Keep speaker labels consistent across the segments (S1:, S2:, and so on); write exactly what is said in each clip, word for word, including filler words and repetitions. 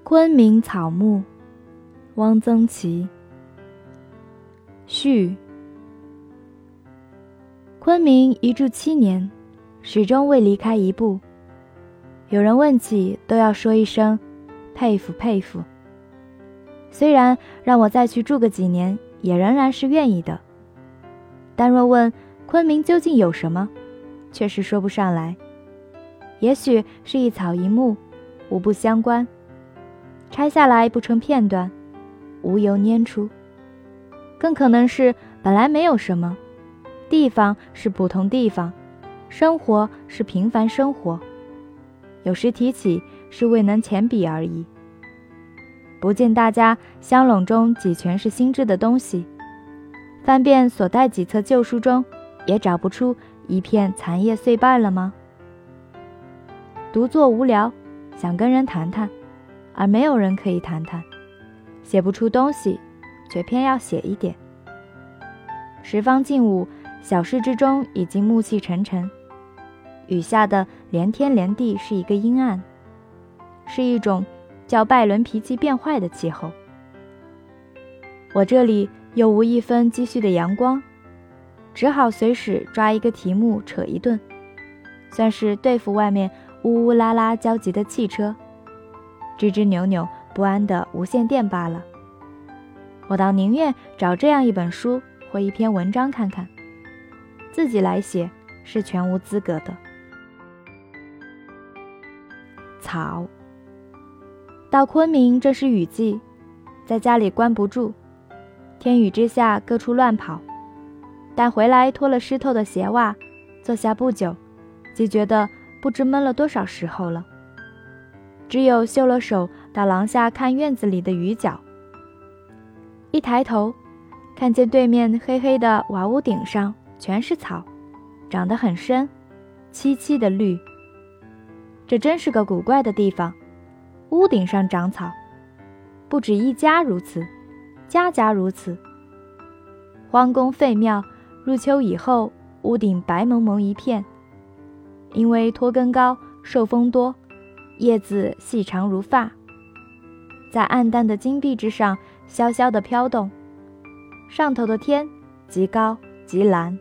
S1: 昆明草木，汪曾祺。序。昆明一住七年，始终未离开一步。有人问起，都要说一声佩服佩服。虽然让我再去住个几年，也仍然是愿意的。但若问昆明究竟有什么，却是说不上来。也许是一草一木，无不相关，拆下来不成片段，无由拈出。更可能是本来没有什么，地方是普通地方，生活是平凡生活，有时提起是未能前比而已。不见大家香笼中几全是新制的东西，翻遍所带几册旧书中，也找不出一片残叶碎败了吗？独坐无聊，想跟人谈谈，而没有人可以谈谈，写不出东西，却偏要写一点。时方近午，小事之中已经暮气沉沉，雨下的连天连地是一个阴暗，是一种叫拜伦脾气变坏的气候。我这里又无一分积蓄的阳光，只好随时抓一个题目扯一顿，算是对付外面呜呜啦啦焦急的汽车，吱吱扭扭不安的无线电罢了。我倒宁愿找这样一本书或一篇文章看看，自己来写是全无资格的。草。到昆明正是雨季，在家里关不住，天雨之下各处乱跑，但回来脱了湿透的鞋袜，坐下不久，即觉得不知闷了多少时候了。只有袖了手到廊下看院子里的雨脚，一抬头看见对面黑黑的瓦屋顶上全是草，长得很深，凄凄的绿。这真是个古怪的地方，屋顶上长草，不止一家如此，家家如此。荒宫废庙，入秋以后，屋顶白蒙蒙一片，因为脱根高，受风多，叶子细长如发，在暗淡的金壁之上萧萧地飘动，上头的天极高极蓝。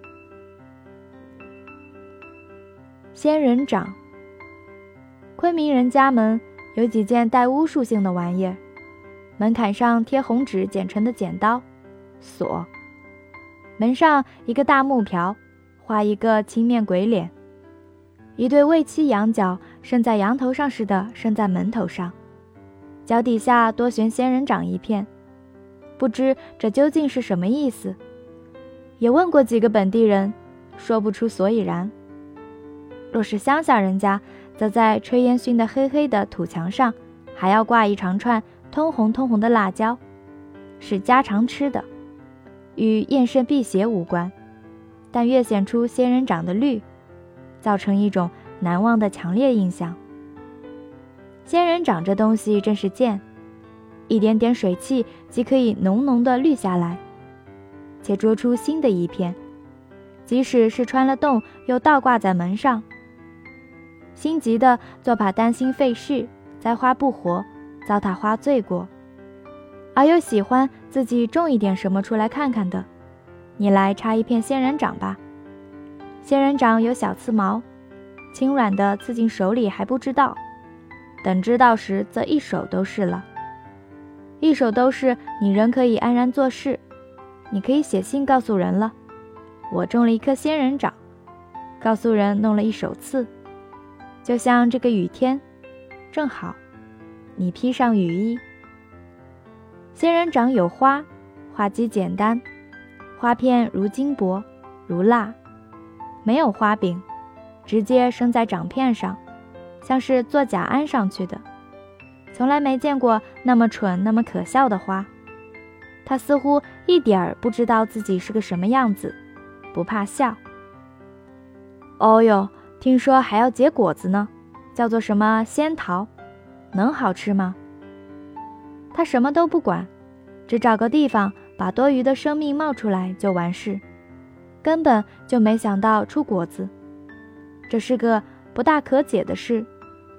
S1: 仙人掌。昆明人家门有几件带巫术性的玩意儿，门槛上贴红纸剪成的剪刀锁，门上一个大木瓢，画一个青面鬼脸，一对未漆羊角伸在羊头上似的伸在门头上，脚底下多悬仙人掌一片，不知这究竟是什么意思。也问过几个本地人，说不出所以然。若是乡下人家，则在炊烟熏的黑黑的土墙上还要挂一长串通红通红的辣椒，是家常吃的，与验肾辟邪无关，但越显出仙人掌的绿，造成一种难忘的强烈印象。仙人掌这东西真是贱，一点点水汽即可以浓浓的绿下来，且捉出新的一片，即使是穿了洞又倒挂在门上。心急的做怕担心费事，栽花不活，糟蹋花罪过，而又喜欢自己种一点什么出来看看的，你来插一片仙人掌吧。仙人掌有小刺毛，轻软的刺进手里还不知道，等知道时则一手都是了。一手都是，你仍可以安然做事，你可以写信告诉人了，我种了一颗仙人掌，告诉人弄了一手刺。就像这个雨天，正好你披上雨衣。仙人掌有花，花基简单，花片如金箔如蜡，没有花柄，直接生在掌片上，像是做假安上去的。从来没见过那么蠢那么可笑的花。他似乎一点儿不知道自己是个什么样子，不怕笑。哦哟，听说还要结果子呢，叫做什么仙桃，能好吃吗？他什么都不管，只找个地方把多余的生命冒出来就完事，根本就没想到出果子。这是个不大可解的事。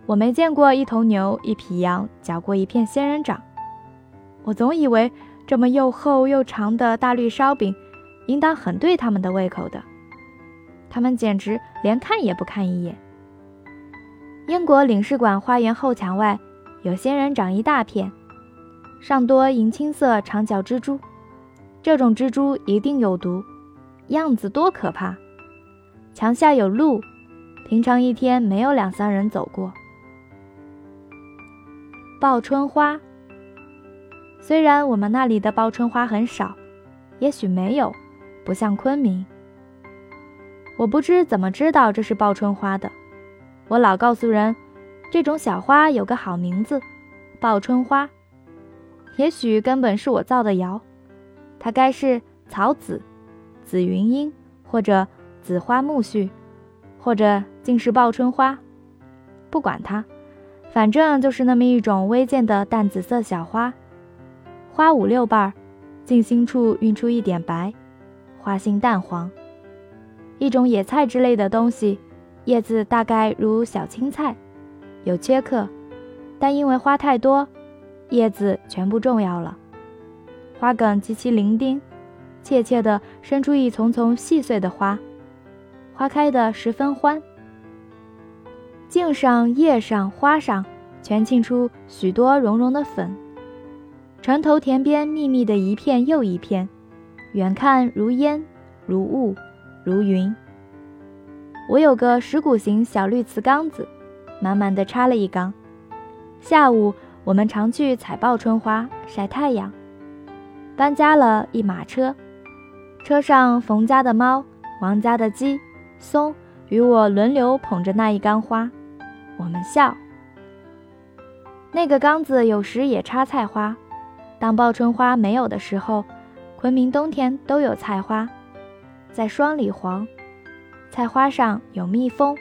S1: 我没见过一头牛一匹羊嚼过一片仙人掌，我总以为这么又厚又长的大绿烧饼应当很对他们的胃口的，他们简直连看也不看一眼。英国领事馆花园后墙外有仙人掌一大片，上多银青色长脚蜘蛛，这种蜘蛛一定有毒，样子多可怕。墙下有路，平常一天没有两三人走过。报春花，虽然我们那里的报春花很少，也许没有，不像昆明。我不知怎么知道这是报春花的，我老告诉人，这种小花有个好名字，报春花。也许根本是我造的谣，它该是草紫、紫云英，或者紫花苜蓿，或者竟是报春花。不管它，反正就是那么一种微见的淡紫色小花，花五六瓣，茎心处晕出一点白，花心淡黄，一种野菜之类的东西，叶子大概如小青菜，有缺刻，但因为花太多，叶子全部重要了。花梗极其伶仃，怯怯地伸出一丛丛细碎的花，花开得十分欢。茎上、叶上、花上全沁出许多绒绒的粉，城头田边密密的一片又一片，远看如烟，如雾，如云。我有个石鼓形小绿瓷缸子，满满的插了一缸。下午我们常去采报春花晒太阳。搬家了一马车，车上冯家的猫、王家的鸡、松与我轮流捧着那一缸花，我们笑。那个缸子有时也插菜花，当报春花没有的时候，昆明冬天都有菜花，在双里黄，菜花上有蜜蜂。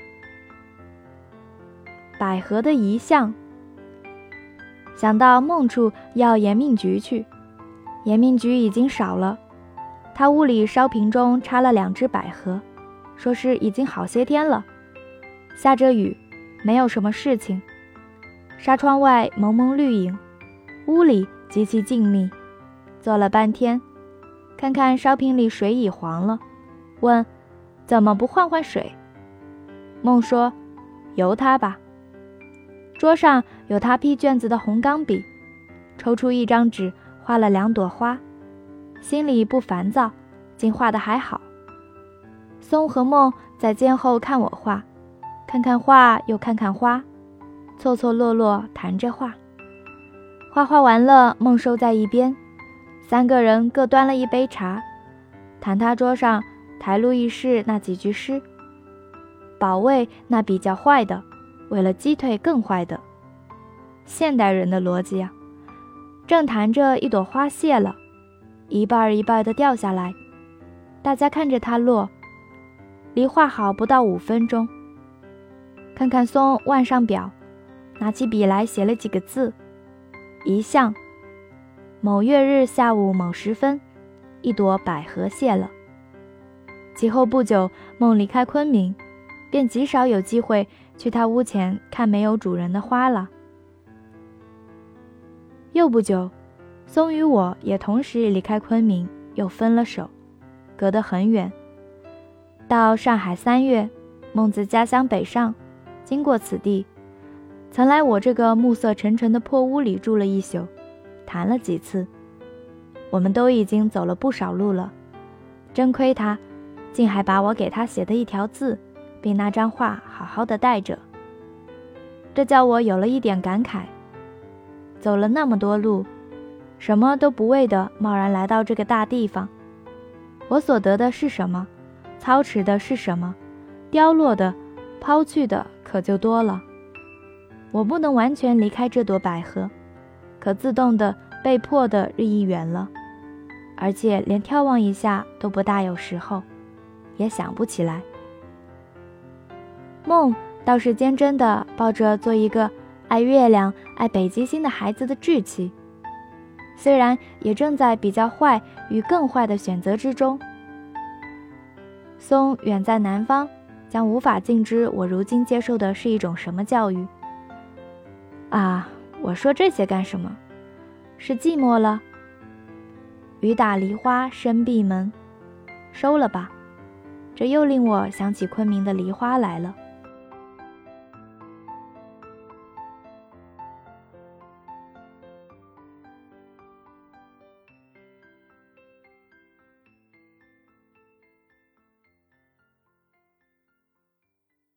S1: 百合的遗像，想到梦处要延命菊去，延命菊已经少了，他屋里烧瓶中插了两只百合，说是已经好些天了，下着雨，没有什么事情。纱窗外蒙蒙绿影，屋里极其静谧。坐了半天，看看烧瓶里水已黄了，问怎么不换换水？梦说由他吧。桌上有他批卷子的红钢笔，抽出一张纸画了两朵花，心里不烦躁，竟画得还好。松和梦在肩后看我画，看看画又看看花，错错落落谈着话。画画完了，梦收在一边，三个人各端了一杯茶，谈他桌上台录议事那几句诗，保卫那比较坏的，为了击退更坏的。现代人的逻辑啊！正谈着，一朵花谢了，一半一半的掉下来，大家看着它落，离画好不到五分钟。看看松腕上表，拿起笔来写了几个字：一项，某月日下午某时分，一朵百合谢了。其后不久，梦离开昆明，便极少有机会去他屋前看没有主人的花了。又不久，松与我也同时离开昆明，又分了手，隔得很远。到上海三月，梦自家乡北上，经过此地，曾来我这个暮色沉沉的破屋里住了一宿，谈了几次。我们都已经走了不少路了，真亏他，竟还把我给他写的一条字，并那张画好好的带着。这叫我有了一点感慨。走了那么多路，什么都不为的贸然来到这个大地方，我所得的是什么？操持的是什么？凋落的、抛去的可就多了。我不能完全离开这朵百合，可自动的、被迫的日益远了，而且连眺望一下都不大有时候，也想不起来。梦倒是坚贞的抱着做一个爱月亮、爱北极星的孩子的志气，虽然也正在比较坏与更坏的选择之中。松远在南方，将无法尽知我如今接受的是一种什么教育。 啊，我说这些干什么？是寂寞了？雨打梨花深闭门，收了吧，这又令我想起昆明的梨花来了。